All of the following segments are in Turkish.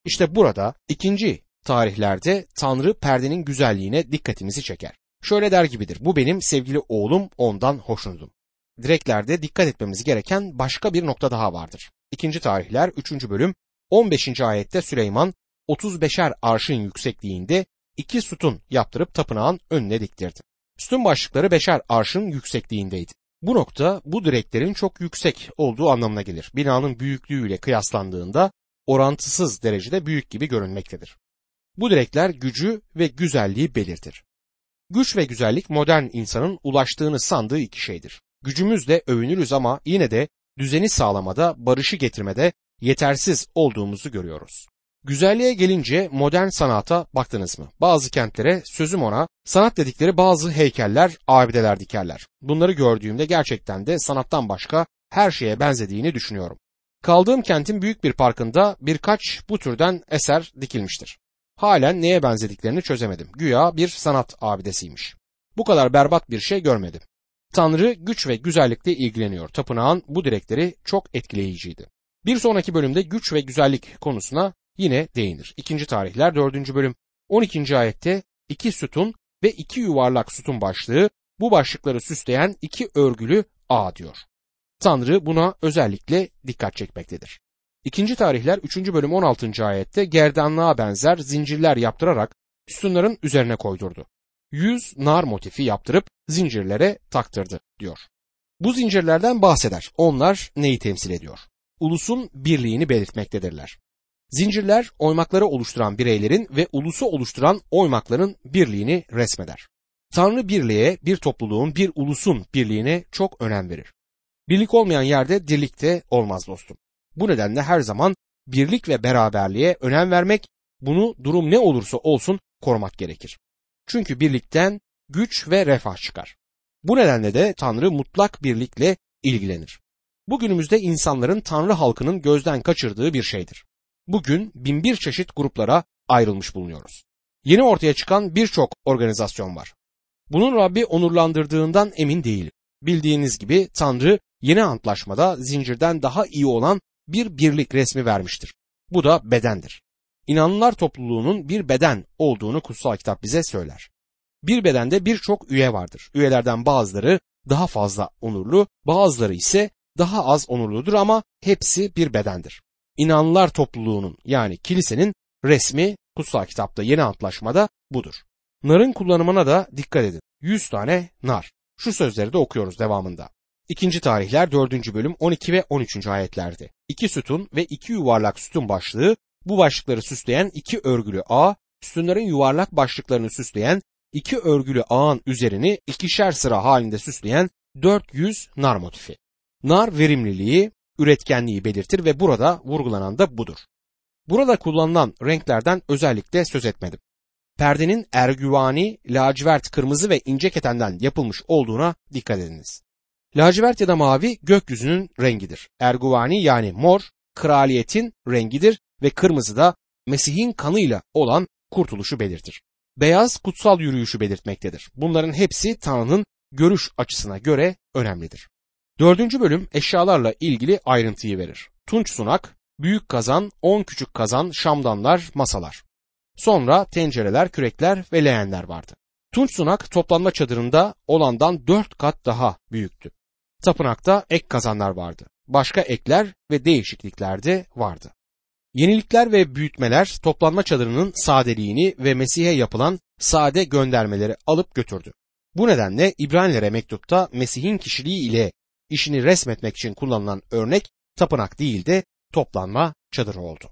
İşte burada ikinci tarihlerde Tanrı perdenin güzelliğine dikkatimizi çeker. Şöyle der gibidir: bu benim sevgili oğlum, ondan hoşnutum. Direklerde dikkat etmemiz gereken başka bir nokta daha vardır. İkinci tarihler 3. bölüm 15. ayette Süleyman 35'er arşın yüksekliğinde 2 sütun yaptırıp tapınağın önüne diktirdi. Sütun başlıkları 5'er arşın yüksekliğindeydi. Bu nokta bu direklerin çok yüksek olduğu anlamına gelir. Binanın büyüklüğüyle kıyaslandığında orantısız derecede büyük gibi görünmektedir. Bu direkler gücü ve güzelliği belirtir. Güç ve güzellik modern insanın ulaştığını sandığı iki şeydir. Gücümüzle övünürüz ama yine de düzeni sağlamada, barışı getirmede yetersiz olduğumuzu görüyoruz. Güzelliğe gelince modern sanata baktınız mı? Bazı kentlere, sözüm ona, sanat dedikleri bazı heykeller, abideler dikerler. Bunları gördüğümde gerçekten de sanattan başka her şeye benzediğini düşünüyorum. Kaldığım kentin büyük bir parkında birkaç bu türden eser dikilmiştir. Halen neye benzediklerini çözemedim. Güya bir sanat abidesiymiş. Bu kadar berbat bir şey görmedim. Tanrı güç ve güzellikle ilgileniyor. Tapınağın bu direkleri çok etkileyiciydi. Bir sonraki bölümde güç ve güzellik konusuna yine değinir. 2. tarihler 4. bölüm 12. ayette 2 sütun ve 2 yuvarlak sütun başlığı, bu başlıkları süsleyen 2 örgülü ağ diyor. Tanrı buna özellikle dikkat çekmektedir. 2. tarihler 3. bölüm 16. ayette gerdanlığa benzer zincirler yaptırarak sütunların üzerine koydurdu. 100 nar motifi yaptırıp zincirlere taktırdı diyor. Bu zincirlerden bahseder. Onlar neyi temsil ediyor? Ulusun birliğini belirtmektedirler. Zincirler oymakları oluşturan bireylerin ve ulusu oluşturan oymakların birliğini resmeder. Tanrı birliğe, bir topluluğun, bir ulusun birliğine çok önem verir. Birlik olmayan yerde dirlik de olmaz dostum. Bu nedenle her zaman birlik ve beraberliğe önem vermek, bunu durum ne olursa olsun korumak gerekir. Çünkü birlikten güç ve refah çıkar. Bu nedenle de Tanrı mutlak birlikle ilgilenir. Bugünümüzde insanların Tanrı halkının gözden kaçırdığı bir şeydir. Bugün 1001 çeşit gruplara ayrılmış bulunuyoruz. Yeni ortaya çıkan birçok organizasyon var. Bunun Rabbi onurlandırdığından emin değilim. Bildiğiniz gibi Tanrı yeni antlaşmada zincirden daha iyi olan bir birlik resmi vermiştir. Bu da bedendir. İnanlılar topluluğunun bir beden olduğunu kutsal kitap bize söyler. Bir bedende birçok üye vardır. Üyelerden bazıları daha fazla onurlu, bazıları ise daha az onurludur ama hepsi bir bedendir. İnanlılar topluluğunun yani kilisenin resmi kutsal kitapta yeni antlaşmada budur. Narın kullanımına da dikkat edin. 100 tane nar. Şu sözleri de okuyoruz devamında. 2. tarihler 4. bölüm 12 ve 13. ayetlerde. 2 sütun ve 2 yuvarlak sütun başlığı, bu başlıkları süsleyen 2 örgülü ağ, sütunların yuvarlak başlıklarını süsleyen 2 örgülü ağın üzerini 2'şer sıra halinde süsleyen 400 nar motifi. Nar verimliliği, üretkenliği belirtir ve burada vurgulanan da budur. Burada kullanılan renklerden özellikle söz etmedim. Perdenin ergüvani, lacivert, kırmızı ve ince ketenden yapılmış olduğuna dikkat ediniz. Lacivert ya da mavi gökyüzünün rengidir. Ergüvani yani mor kraliyetin rengidir ve kırmızı da Mesih'in kanıyla olan kurtuluşu belirtir. Beyaz kutsal yürüyüşü belirtmektedir. Bunların hepsi Tanrı'nın görüş açısına göre önemlidir. 4. bölüm eşyalarla ilgili ayrıntıyı verir. Tunç sunak, büyük kazan, 10 küçük kazan, şamdanlar, masalar. Sonra tencereler, kürekler ve leğenler vardı. Tunç sunak toplanma çadırında olandan 4 kat daha büyüktü. Tapınakta ek kazanlar vardı. Başka ekler ve değişiklikler de vardı. Yenilikler ve büyütmeler toplanma çadırının sadeliğini ve Mesih'e yapılan sade göndermeleri alıp götürdü. Bu nedenle İbranilere mektupta Mesih'in kişiliği ile işini resmetmek için kullanılan örnek tapınak değil de toplanma çadırı oldu.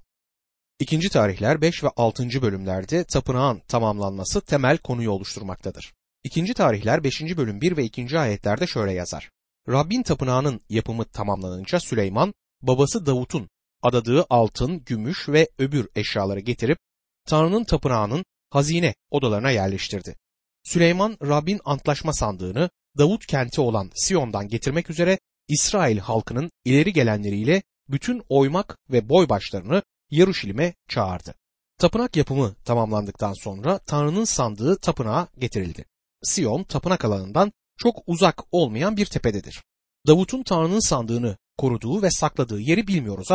2. tarihler 5 ve 6. bölümlerde tapınağın tamamlanması temel konuyu oluşturmaktadır. 2. tarihler 5. bölüm 1 ve 2. ayetlerde şöyle yazar. Rabbin tapınağının yapımı tamamlanınca Süleyman babası Davut'un adadığı altın, gümüş ve öbür eşyaları getirip Tanrı'nın tapınağının hazine odalarına yerleştirdi. Süleyman Rabbin antlaşma sandığını Davut kenti olan Siyon'dan getirmek üzere İsrail halkının ileri gelenleriyle bütün oymak ve boy başlarını Yeruşalim'e çağırdı. Tapınak yapımı tamamlandıktan sonra Tanrı'nın sandığı tapınağa getirildi. Siyon tapınak alanından çok uzak olmayan bir tepededir. Davut'un Tanrı'nın sandığını koruduğu ve sakladığı yeri bilmiyoruz ama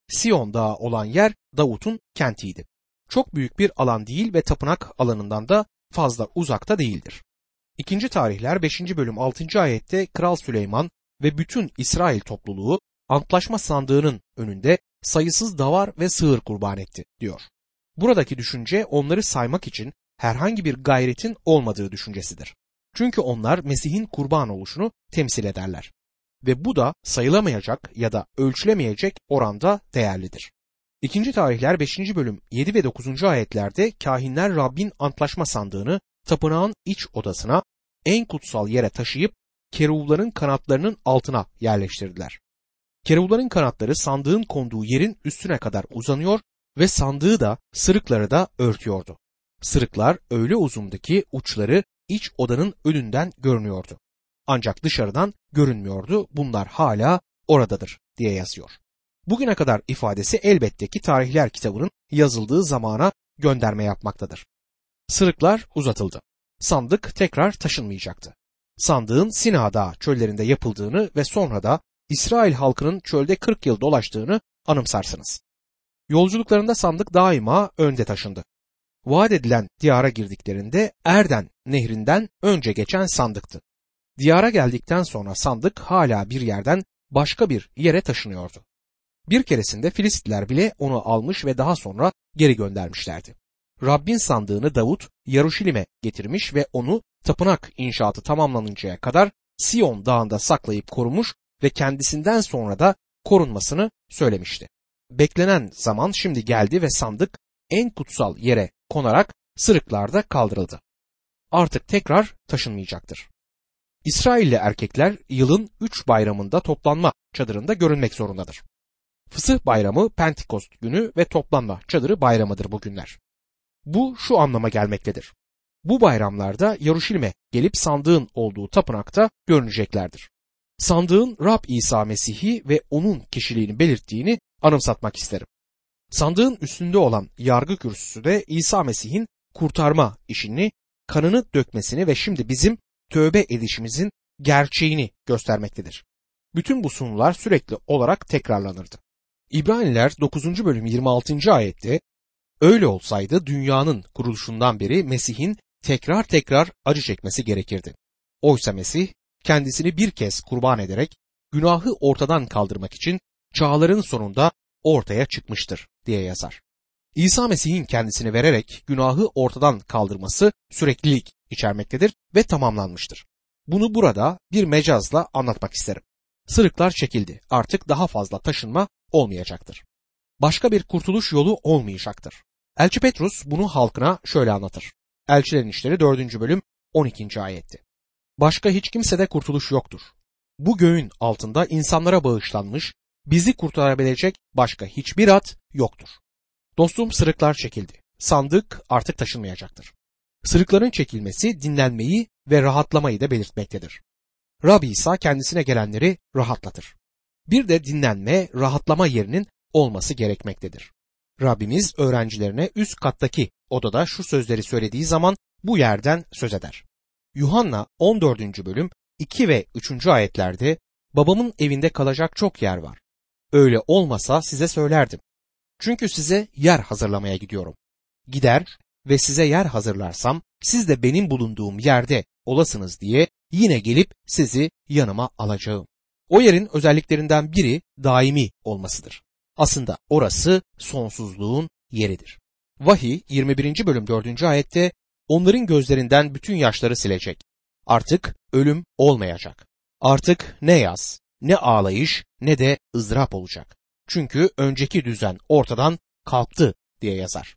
Sion Dağı olan yer Davut'un kentiydi. Çok büyük bir alan değil ve tapınak alanından da fazla uzakta değildir. 2. Tarihler 5. bölüm 6. ayette Kral Süleyman ve bütün İsrail topluluğu antlaşma sandığının önünde sayısız davar ve sığır kurban etti diyor. Buradaki düşünce onları saymak için herhangi bir gayretin olmadığı düşüncesidir. Çünkü onlar Mesih'in kurban oluşunu temsil ederler. Ve bu da sayılamayacak ya da ölçülemeyecek oranda değerlidir. 2. Tarihler 5. bölüm 7 ve 9. ayetlerde kahinler Rabbin antlaşma sandığını tapınağın iç odasına, en kutsal yere taşıyıp keruvların kanatlarının altına yerleştirdiler. Keruvların kanatları sandığın konduğu yerin üstüne kadar uzanıyor ve sandığı da sırıkları da örtüyordu. Sırıklar öyle uzundu ki uçları iç odanın önünden görünüyordu. Ancak dışarıdan görünmüyordu. Bunlar hala oradadır diye yazıyor. Bugüne kadar ifadesi elbette ki Tarihler kitabının yazıldığı zamana gönderme yapmaktadır. Sırıklar uzatıldı. Sandık tekrar taşınmayacaktı. Sandığın Sina Dağı çöllerinde yapıldığını ve sonra da İsrail halkının çölde 40 yıl dolaştığını anımsarsınız. Yolculuklarında sandık daima önde taşındı. Vaat edilen diyara girdiklerinde Erden nehrinden önce geçen sandıktı. Diyara geldikten sonra sandık hala bir yerden başka bir yere taşınıyordu. Bir keresinde Filistliler bile onu almış ve daha sonra geri göndermişlerdi. Rabbin sandığını Davut Yaruşilim'e getirmiş ve onu tapınak inşaatı tamamlanıncaya kadar Sion dağında saklayıp korumuş ve kendisinden sonra da korunmasını söylemişti. Beklenen zaman şimdi geldi ve sandık en kutsal yere konarak sırıklarda kaldırıldı. Artık tekrar taşınmayacaktır. İsrailli erkekler yılın 3 bayramında toplanma çadırında görünmek zorundadır. Fısıh bayramı, Pentekost günü ve toplanma çadırı bayramıdır bu günler. Bu şu anlama gelmektedir. Bu bayramlarda Yaruşilim'e gelip sandığın olduğu tapınakta görüneceklerdir. Sandığın Rab İsa Mesih'i ve onun kişiliğini belirttiğini anımsatmak isterim. Sandığın üstünde olan yargı kürsüsü de İsa Mesih'in kurtarma işini, kanını dökmesini ve şimdi bizim tövbe edişimizin gerçeğini göstermektedir. Bütün bu sunular sürekli olarak tekrarlanırdı. İbraniler 9. bölüm 26. ayette öyle olsaydı dünyanın kuruluşundan beri Mesih'in tekrar tekrar acı çekmesi gerekirdi. Oysa Mesih kendisini bir kez kurban ederek günahı ortadan kaldırmak için çağların sonunda ortaya çıkmıştır diye yazar. İsa Mesih'in kendisini vererek günahı ortadan kaldırması süreklilik içermektedir ve tamamlanmıştır. Bunu burada bir mecazla anlatmak isterim. Sırıklar çekildi. Artık daha fazla taşınma olmayacaktır. Başka bir kurtuluş yolu olmayacaktır. Elçi Petrus bunu halkına şöyle anlatır. Elçilerin İşleri 4. bölüm 12. ayetti. Başka hiç kimsede kurtuluş yoktur. Bu göğün altında insanlara bağışlanmış, bizi kurtarabilecek başka hiçbir ad yoktur. Dostum, sırıklar çekildi. Sandık artık taşınmayacaktır. Sırıkların çekilmesi dinlenmeyi ve rahatlamayı da belirtmektedir. Rab İsa kendisine gelenleri rahatlatır. Bir de dinlenme, rahatlama yerinin olması gerekmektedir. Rabbimiz öğrencilerine üst kattaki odada şu sözleri söylediği zaman bu yerden söz eder. Yuhanna 14. bölüm 2 ve 3. ayetlerde babamın evinde kalacak çok yer var. Öyle olmasa size söylerdim. Çünkü size yer hazırlamaya gidiyorum. Gider ve size yer hazırlarsam siz de benim bulunduğum yerde olasınız diye yine gelip sizi yanıma alacağım. O yerin özelliklerinden biri daimi olmasıdır. Aslında orası sonsuzluğun yeridir. Vahiy 21. bölüm 4. ayette onların gözlerinden bütün yaşları silecek. Artık ölüm olmayacak. Artık ne yas, ne ağlayış, ne de ızdırap olacak. Çünkü önceki düzen ortadan kalktı diye yazar.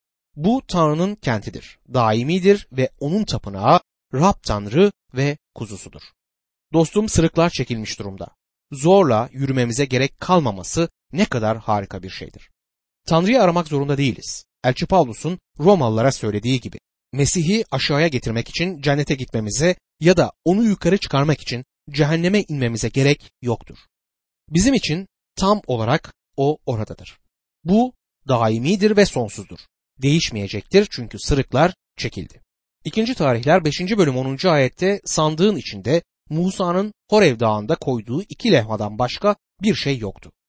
Bu Tanrı'nın kentidir, daimidir ve onun tapınağı Rab Tanrı ve kuzusudur. Dostum, sırıklar çekilmiş durumda. Zorla yürümemize gerek kalmaması ne kadar harika bir şeydir. Tanrı'yı aramak zorunda değiliz. Elçi Pavlus'un Romalılara söylediği gibi Mesih'i aşağıya getirmek için cennete gitmemize ya da onu yukarı çıkarmak için cehenneme inmemize gerek yoktur. Bizim için tam olarak o oradadır. Bu daimidir ve sonsuzdur. Değişmeyecektir çünkü sırıklar çekildi. 2. Tarihler 5. bölüm 10. ayette sandığın içinde Musa'nın Horev Dağı'nda koyduğu 2 levhadan başka bir şey yoktu.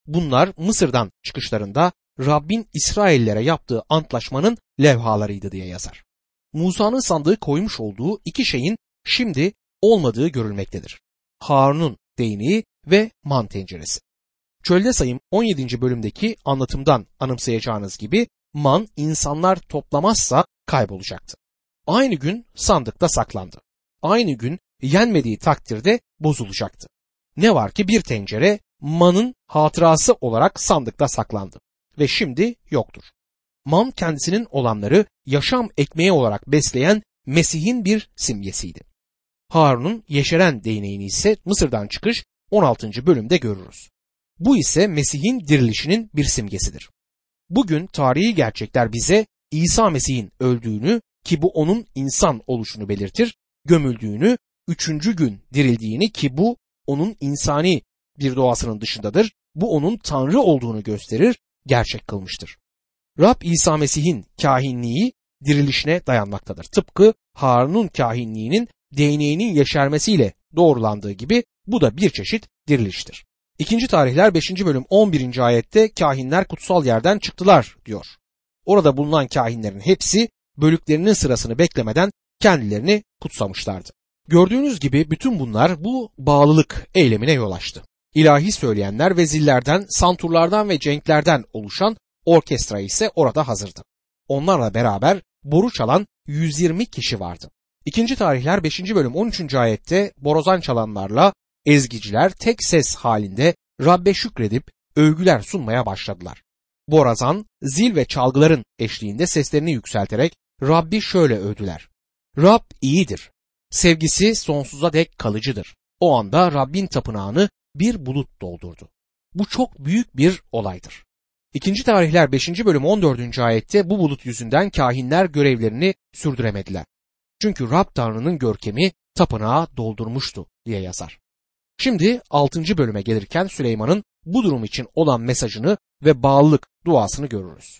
Bunlar Mısır'dan çıkışlarında Rabbin İsraillere yaptığı antlaşmanın levhalarıydı diye yazar. Musa'nın sandığı koymuş olduğu iki şeyin şimdi olmadığı görülmektedir. Harun'un değneği ve man tenceresi. Çölde Sayım 17. bölümdeki anlatımdan anımsayacağınız gibi man insanlar toplamazsa kaybolacaktı. Aynı gün sandıkta saklandı. Aynı gün yenmediği takdirde bozulacaktı. Ne var ki bir tencere manın hatırası olarak sandıkta saklandı ve şimdi yoktur. Man kendisinin olanları yaşam ekmeği olarak besleyen Mesih'in bir simgesiydi. Harun'un yeşeren değneğini ise Mısır'dan çıkış 16. bölümde görürüz. Bu ise Mesih'in dirilişinin bir simgesidir. Bugün tarihi gerçekler bize İsa Mesih'in öldüğünü, ki bu onun insan oluşunu belirtir, gömüldüğünü, 3. gün dirildiğini, ki bu onun insani bir doğasının dışındadır, bu onun Tanrı olduğunu gösterir, gerçek kılmıştır. Rab İsa Mesih'in kahinliği dirilişine dayanmaktadır. Tıpkı Harun'un kahinliğinin değneğinin yeşermesiyle doğrulandığı gibi bu da bir çeşit diriliştir. 2. Tarihler 5. bölüm 11. ayette kahinler kutsal yerden çıktılar diyor. Orada bulunan kahinlerin hepsi bölüklerinin sırasını beklemeden kendilerini kutsamışlardı. Gördüğünüz gibi bütün bunlar bu bağlılık eylemine yol açtı. İlahi söyleyenler ve zillerden, santurlardan ve cenklerden oluşan orkestra ise orada hazırdı. Onlarla beraber boru çalan 120 kişi vardı. 2. Tarihler 5. bölüm 13. ayette borazan çalanlarla ezgiciler tek ses halinde Rabbe şükredip övgüler sunmaya başladılar. Borazan, zil ve çalgıların eşliğinde seslerini yükselterek Rabbi şöyle övdüler. Rab iyidir. Sevgisi sonsuza dek kalıcıdır. O anda Rabbin tapınağını bir bulut doldurdu. Bu çok büyük bir olaydır. 2. Tarihler 5. bölüm 14. ayette bu bulut yüzünden kahinler görevlerini sürdüremediler. Çünkü Rab Tanrı'nın görkemi tapınağı doldurmuştu diye yazar. Şimdi 6. bölüme gelirken Süleyman'ın bu durum için olan mesajını ve bağlılık duasını görürüz.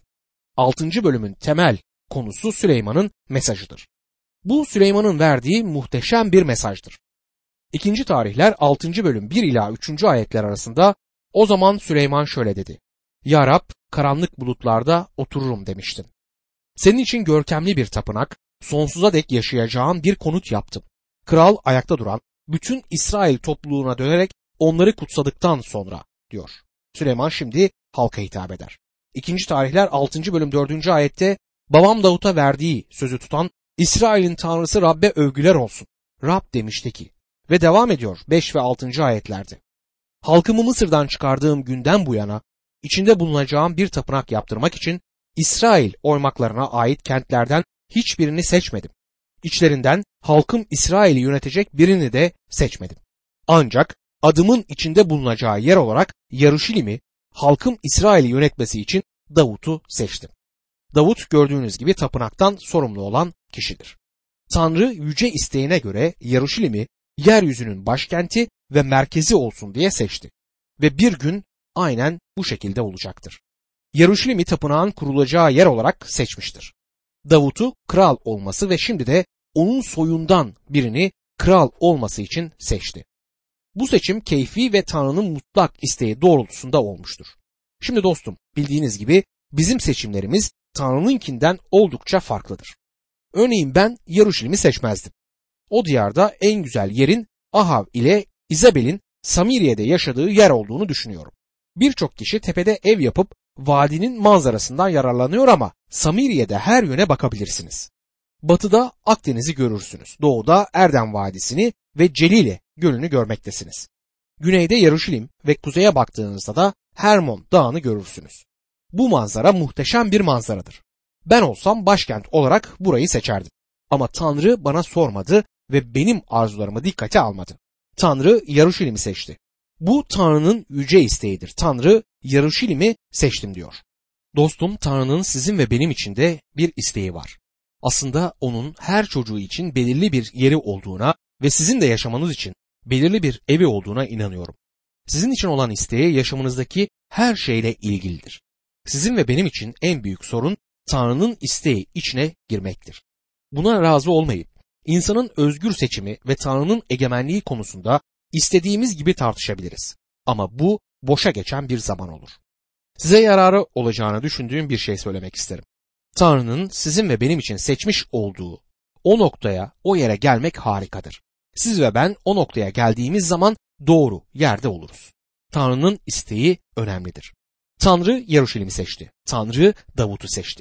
6. bölümün temel konusu Süleyman'ın mesajıdır. Bu Süleyman'ın verdiği muhteşem bir mesajdır. 2. Tarihler 6. bölüm 1 ila 3. ayetler arasında o zaman Süleyman şöyle dedi. Ya Rab, karanlık bulutlarda otururum demiştin. Senin için görkemli bir tapınak, sonsuza dek yaşayacağın bir konut yaptım. Kral ayakta duran bütün İsrail topluluğuna dönerek onları kutsadıktan sonra diyor. Süleyman şimdi halka hitap eder. 2. Tarihler 6. bölüm 4. ayette babam Davut'a verdiği sözü tutan İsrail'in Tanrısı Rab'be övgüler olsun. Rab demişti ki ve devam ediyor 5 ve 6. ayetlerde. Halkımı Mısır'dan çıkardığım günden bu yana içinde bulunacağım bir tapınak yaptırmak için İsrail oymaklarına ait kentlerden hiçbirini seçmedim. İçlerinden halkım İsrail'i yönetecek birini de seçmedim. Ancak adımın içinde bulunacağı yer olarak Yaruşilim'i halkım İsrail'i yönetmesi için Davut'u seçtim. Davut gördüğünüz gibi tapınaktan sorumlu olan kişidir. Tanrı yüce isteğine göre Yaruşilim'i yeryüzünün başkenti ve merkezi olsun diye seçti. Ve bir gün aynen bu şekilde olacaktır. Yaruşilim'i tapınağın kurulacağı yer olarak seçmiştir. Davut'u kral olması ve şimdi de onun soyundan birini kral olması için seçti. Bu seçim keyfi ve Tanrı'nın mutlak isteği doğrultusunda olmuştur. Şimdi dostum, bildiğiniz gibi bizim seçimlerimiz Tanrı'nınkinden oldukça farklıdır. Örneğin ben Yaruşilim'i seçmezdim. O diyarda en güzel yerin Ahav ile İzabel'in Samiriye'de yaşadığı yer olduğunu düşünüyorum. Birçok kişi tepede ev yapıp vadinin manzarasından yararlanıyor ama Samiriye'de her yöne bakabilirsiniz. Batıda Akdeniz'i görürsünüz. Doğuda Erdem Vadisi'ni ve Celile Gölü'nü görmektesiniz. Güneyde Yaruşilim ve kuzeye baktığınızda da Hermon Dağı'nı görürsünüz. Bu manzara muhteşem bir manzaradır. Ben olsam başkent olarak burayı seçerdim. Ama Tanrı bana sormadı ve benim arzularımı dikkate almadı. Tanrı Yaruşilim'i seçti. Bu Tanrı'nın yüce isteğidir. Tanrı Yaruşilim'i seçtim diyor. Dostum, Tanrı'nın sizin ve benim için de bir isteği var. Aslında onun her çocuğu için belirli bir yeri olduğuna ve sizin de yaşamanız için belirli bir evi olduğuna inanıyorum. Sizin için olan isteği yaşamınızdaki her şeyle ilgilidir. Sizin ve benim için en büyük sorun Tanrı'nın isteği içine girmektir. Buna razı olmayıp insanın özgür seçimi ve Tanrı'nın egemenliği konusunda istediğimiz gibi tartışabiliriz. Ama bu boşa geçen bir zaman olur. Size yararı olacağını düşündüğüm bir şey söylemek isterim. Tanrı'nın sizin ve benim için seçmiş olduğu o noktaya, o yere gelmek harikadır. Siz ve ben o noktaya geldiğimiz zaman doğru yerde oluruz. Tanrı'nın isteği önemlidir. Tanrı Yeruşalim'i seçti. Tanrı Davut'u seçti.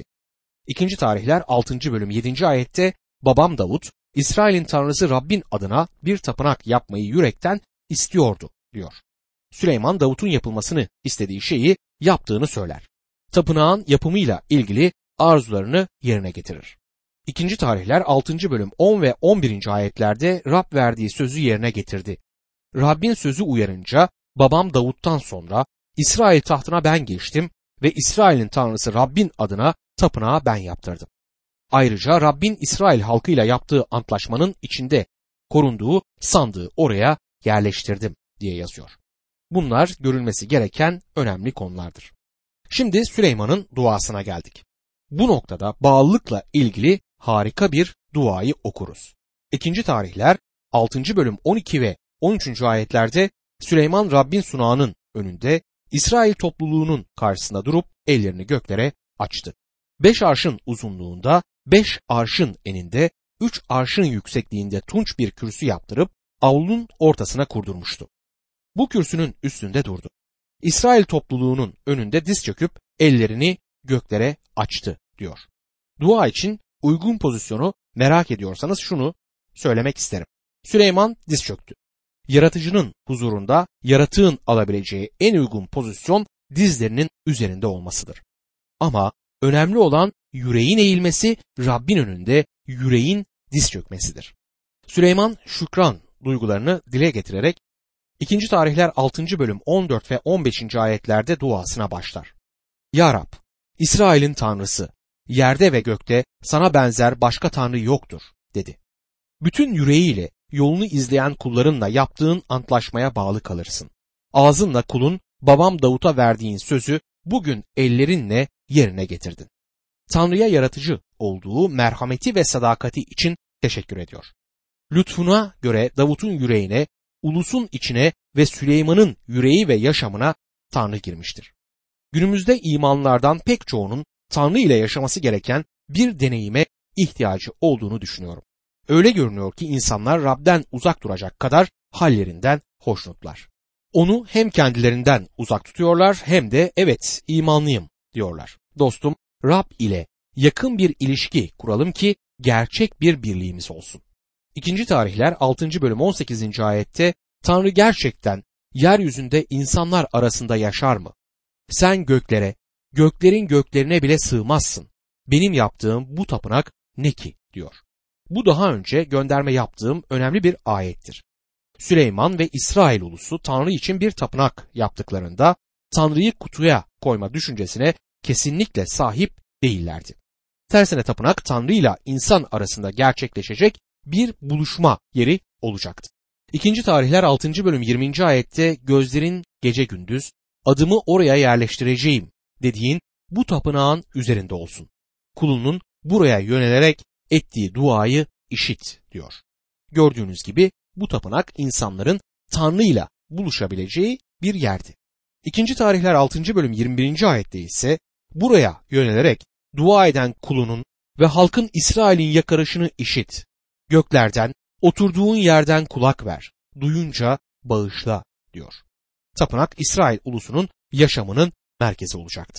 2. Tarihler 6. bölüm 7. ayette babam Davut, İsrail'in Tanrısı Rabbin adına bir tapınak yapmayı yürekten istiyordu diyor. Süleyman Davut'un yapılmasını istediği şeyi yaptığını söyler. Tapınağın yapımıyla ilgili arzularını yerine getirir. 2. Tarihler 6. bölüm 10 ve 11. ayetlerde Rab verdiği sözü yerine getirdi. Rabbin sözü uyarınca babam Davut'tan sonra İsrail tahtına ben geçtim ve İsrail'in Tanrısı Rabbin adına tapınağı ben yaptırdım. Ayrıca Rabbin İsrail halkıyla yaptığı antlaşmanın içinde korunduğu sandığı oraya yerleştirdim diye yazıyor. Bunlar görülmesi gereken önemli konulardır. Şimdi Süleyman'ın duasına geldik. Bu noktada bağlılıkla ilgili harika bir duayı okuruz. 2. Tarihler 6. bölüm 12 ve 13. ayetlerde Süleyman Rabbin sunağının önünde İsrail topluluğunun karşısında durup ellerini göklere açtı. 5 arşın uzunluğunda, 5 arşın eninde, 3 arşın yüksekliğinde tunç bir kürsü yaptırıp avlunun ortasına kurdurmuştu. Bu kürsünün üstünde durdu. İsrail topluluğunun önünde diz çöküp ellerini göklere açtı diyor. Dua için uygun pozisyonu merak ediyorsanız şunu söylemek isterim. Süleyman diz çöktü. Yaratıcının huzurunda yaratığın alabileceği en uygun pozisyon dizlerinin üzerinde olmasıdır. Ama önemli olan yüreğin eğilmesi, Rabbin önünde yüreğin diz çökmesidir. Süleyman şükran duygularını dile getirerek 2. Tarihler 6. bölüm 14 ve 15. ayetlerde duasına başlar. Ya Rab, İsrail'in Tanrısı, yerde ve gökte sana benzer başka Tanrı yoktur dedi. Bütün yüreğiyle yolunu izleyen kullarınla yaptığın antlaşmaya bağlı kalırsın. Ağzınla kulun babam Davut'a verdiğin sözü bugün ellerinle yerine getirdin. Tanrı'ya yaratıcı olduğu merhameti ve sadakati için teşekkür ediyor. Lütfuna göre Davut'un yüreğine, ulusun içine ve Süleyman'ın yüreği ve yaşamına Tanrı girmiştir. Günümüzde imanlardan pek çoğunun Tanrı ile yaşaması gereken bir deneyime ihtiyacı olduğunu düşünüyorum. Öyle görünüyor ki insanlar Rab'den uzak duracak kadar hallerinden hoşnutlar. Onu hem kendilerinden uzak tutuyorlar hem de evet imanlıyım diyorlar. Dostum, Rab ile yakın bir ilişki kuralım ki gerçek bir birliğimiz olsun. 2. Tarihler 6. bölüm 18. ayette Tanrı gerçekten yeryüzünde insanlar arasında yaşar mı? Sen göklere, göklerin göklerine bile sığmazsın. Benim yaptığım bu tapınak ne ki diyor. Bu daha önce gönderme yaptığım önemli bir ayettir. Süleyman ve İsrail ulusu Tanrı için bir tapınak yaptıklarında Tanrı'yı kutuya koyma düşüncesine kesinlikle sahip değillerdi. Tersine tapınak Tanrı ile insan arasında gerçekleşecek bir buluşma yeri olacaktı. 2. Tarihler 6. bölüm 20. ayette gözlerin gece gündüz adımı oraya yerleştireceğim dediğin bu tapınağın üzerinde olsun. Kulunun buraya yönelerek ettiği duayı işit diyor. Gördüğünüz gibi bu tapınak insanların Tanrı'yla buluşabileceği bir yerdi. 2. Tarihler 6. bölüm 21. ayette ise buraya yönelerek dua eden kulunun ve halkın İsrail'in yakarışını işit. Göklerden, oturduğun yerden kulak ver. Duyunca bağışla diyor. Tapınak İsrail ulusunun yaşamının merkezi olacaktı.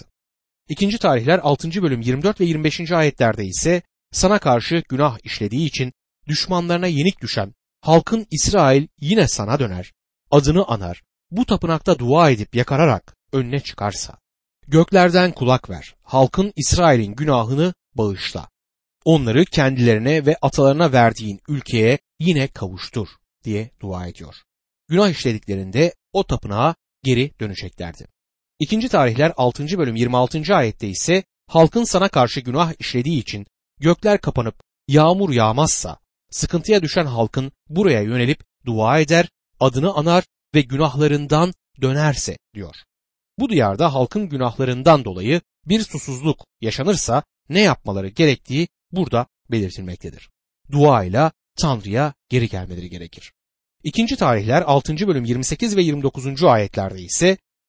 2. Tarihler 6. bölüm 24 ve 25. ayetlerde ise sana karşı günah işlediği için düşmanlarına yenik düşen halkın İsrail yine sana döner, adını anar, bu tapınakta dua edip yakararak önüne çıkarsa, göklerden kulak ver, halkın İsrail'in günahını bağışla, onları kendilerine ve atalarına verdiğin ülkeye yine kavuştur diye dua ediyor. Günah işlediklerinde o tapınağa geri döneceklerdi. 2. Tarihler 6. bölüm 26. ayette ise halkın sana karşı günah işlediği için gökler kapanıp yağmur yağmazsa, sıkıntıya düşen halkın buraya yönelip dua eder, adını anar ve günahlarından dönerse diyor. Bu diyarda halkın günahlarından dolayı bir susuzluk yaşanırsa ne yapmaları gerektiği burada belirtilmektedir. Duayla Tanrı'ya geri gelmeleri gerekir. 2. Tarihler 6. bölüm 28 ve 29. ayetlerde ise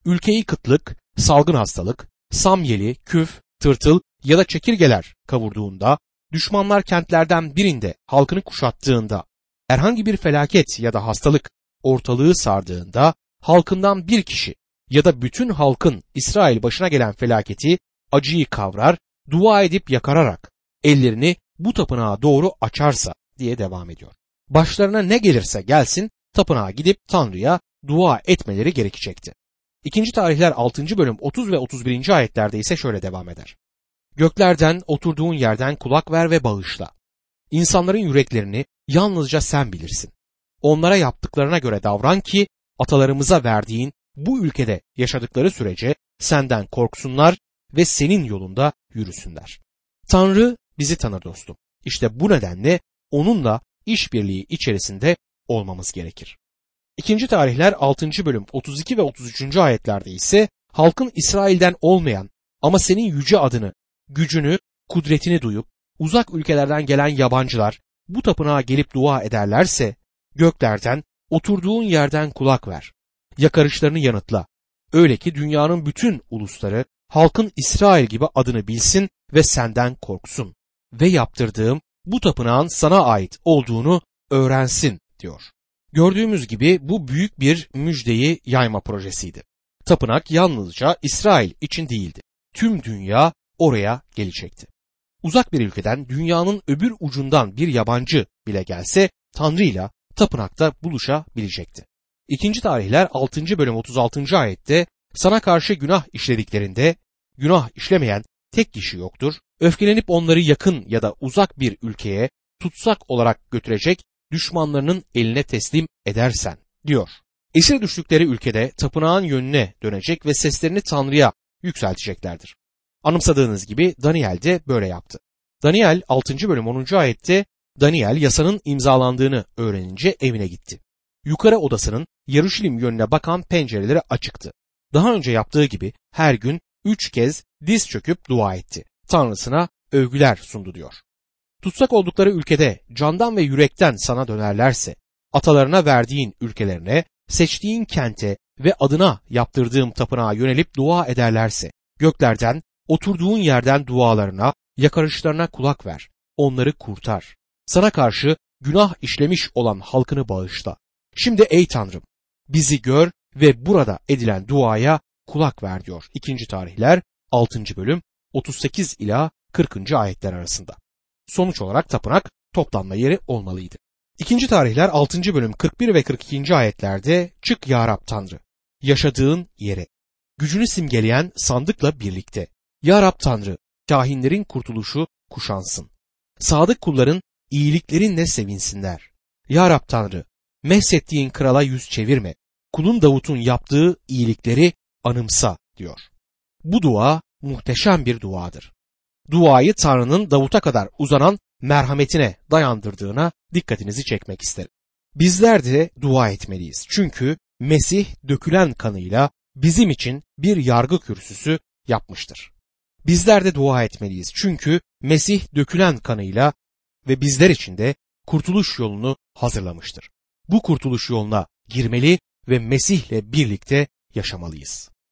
ülkeyi kıtlık, salgın hastalık, samyeli, küf, tırtıl ya da çekirgeler kavurduğunda, düşmanlar kentlerden birinde halkını kuşattığında, herhangi bir felaket ya da hastalık ortalığı sardığında, halkından bir kişi ya da bütün halkın İsrail başına gelen felaketi, acıyı kavrar, dua edip yakararak ellerini bu tapınağa doğru açarsa diye devam ediyor. Başlarına ne gelirse gelsin tapınağa gidip Tanrı'ya dua etmeleri gerekecekti. 2. Tarihler 6. bölüm 30 ve 31. ayetlerde ise şöyle devam eder. Göklerden, oturduğun yerden kulak ver ve bağışla. İnsanların yüreklerini yalnızca sen bilirsin. Onlara yaptıklarına göre davran ki atalarımıza verdiğin bu ülkede yaşadıkları sürece senden korksunlar ve senin yolunda yürüsünler. Tanrı bizi tanır dostum. İşte bu nedenle onunla işbirliği içerisinde olmamız gerekir. 2. Tarihler 6. bölüm 32 ve 33. ayetlerde ise halkın İsrail'den olmayan ama senin yüce adını, gücünü, kudretini duyup uzak ülkelerden gelen yabancılar bu tapınağa gelip dua ederlerse göklerden, oturduğun yerden kulak ver. Yakarışlarını yanıtla. Öyle ki dünyanın bütün ulusları halkın İsrail gibi adını bilsin ve senden korksun. Ve yaptırdığım bu tapınağın sana ait olduğunu öğrensin diyor. Gördüğümüz gibi bu büyük bir müjdeyi yayma projesiydi. Tapınak yalnızca İsrail için değildi. Tüm dünya oraya gelecekti. Uzak bir ülkeden dünyanın öbür ucundan bir yabancı bile gelse Tanrı'yla tapınakta buluşabilecekti. 2. Tarihler 6. bölüm 36. ayette sana karşı günah işlediklerinde günah işlemeyen tek kişi yoktur. Öfkelenip onları yakın ya da uzak bir ülkeye tutsak olarak götürecek düşmanlarının eline teslim edersen diyor. Esir düştükleri ülkede tapınağın yönüne dönecek ve seslerini Tanrı'ya yükselteceklerdir. Anımsadığınız gibi Daniel de böyle yaptı. Daniel 6. bölüm 10. ayette Daniel yasanın imzalandığını öğrenince evine gitti. Yukarı odasının Yaruşilim yönüne bakan pencereleri açıktı. Daha önce yaptığı gibi her gün 3 kez diz çöküp dua etti. Tanrısına övgüler sundu diyor. Tutsak oldukları ülkede candan ve yürekten sana dönerlerse, atalarına verdiğin ülkelerine, seçtiğin kente ve adına yaptırdığım tapınağa yönelip dua ederlerse, göklerden, oturduğun yerden dualarına, yakarışlarına kulak ver, onları kurtar. Sana karşı günah işlemiş olan halkını bağışla. Şimdi ey Tanrım, bizi gör ve burada edilen duaya kulak ver diyor. 2. Tarihler 6. bölüm 38 ila 40. ayetler arasında. Sonuç olarak tapınak toplanma yeri olmalıydı. 2. Tarihler 6. bölüm 41 ve 42. ayetlerde çık ya Rab Tanrı, yaşadığın yere, gücünü simgeleyen sandıkla birlikte. Ya Rab Tanrı, kahinlerin kurtuluşu kuşansın. Sadık kulların iyiliklerinle sevinsinler. Ya Rab Tanrı, mehsettiğin krala yüz çevirme. Kulun Davut'un yaptığı iyilikleri anımsa diyor. Bu dua muhteşem bir duadır. Duayı Tanrı'nın Davut'a kadar uzanan merhametine dayandırdığına dikkatinizi çekmek isterim. Bizler de dua etmeliyiz. Çünkü Mesih dökülen kanıyla bizim için bir yargı kürsüsü yapmıştır. Bizler de dua etmeliyiz. Çünkü Mesih dökülen kanıyla ve bizler için de kurtuluş yolunu hazırlamıştır. Bu kurtuluş yoluna girmeli ve Mesih'le birlikte yaşamalıyız.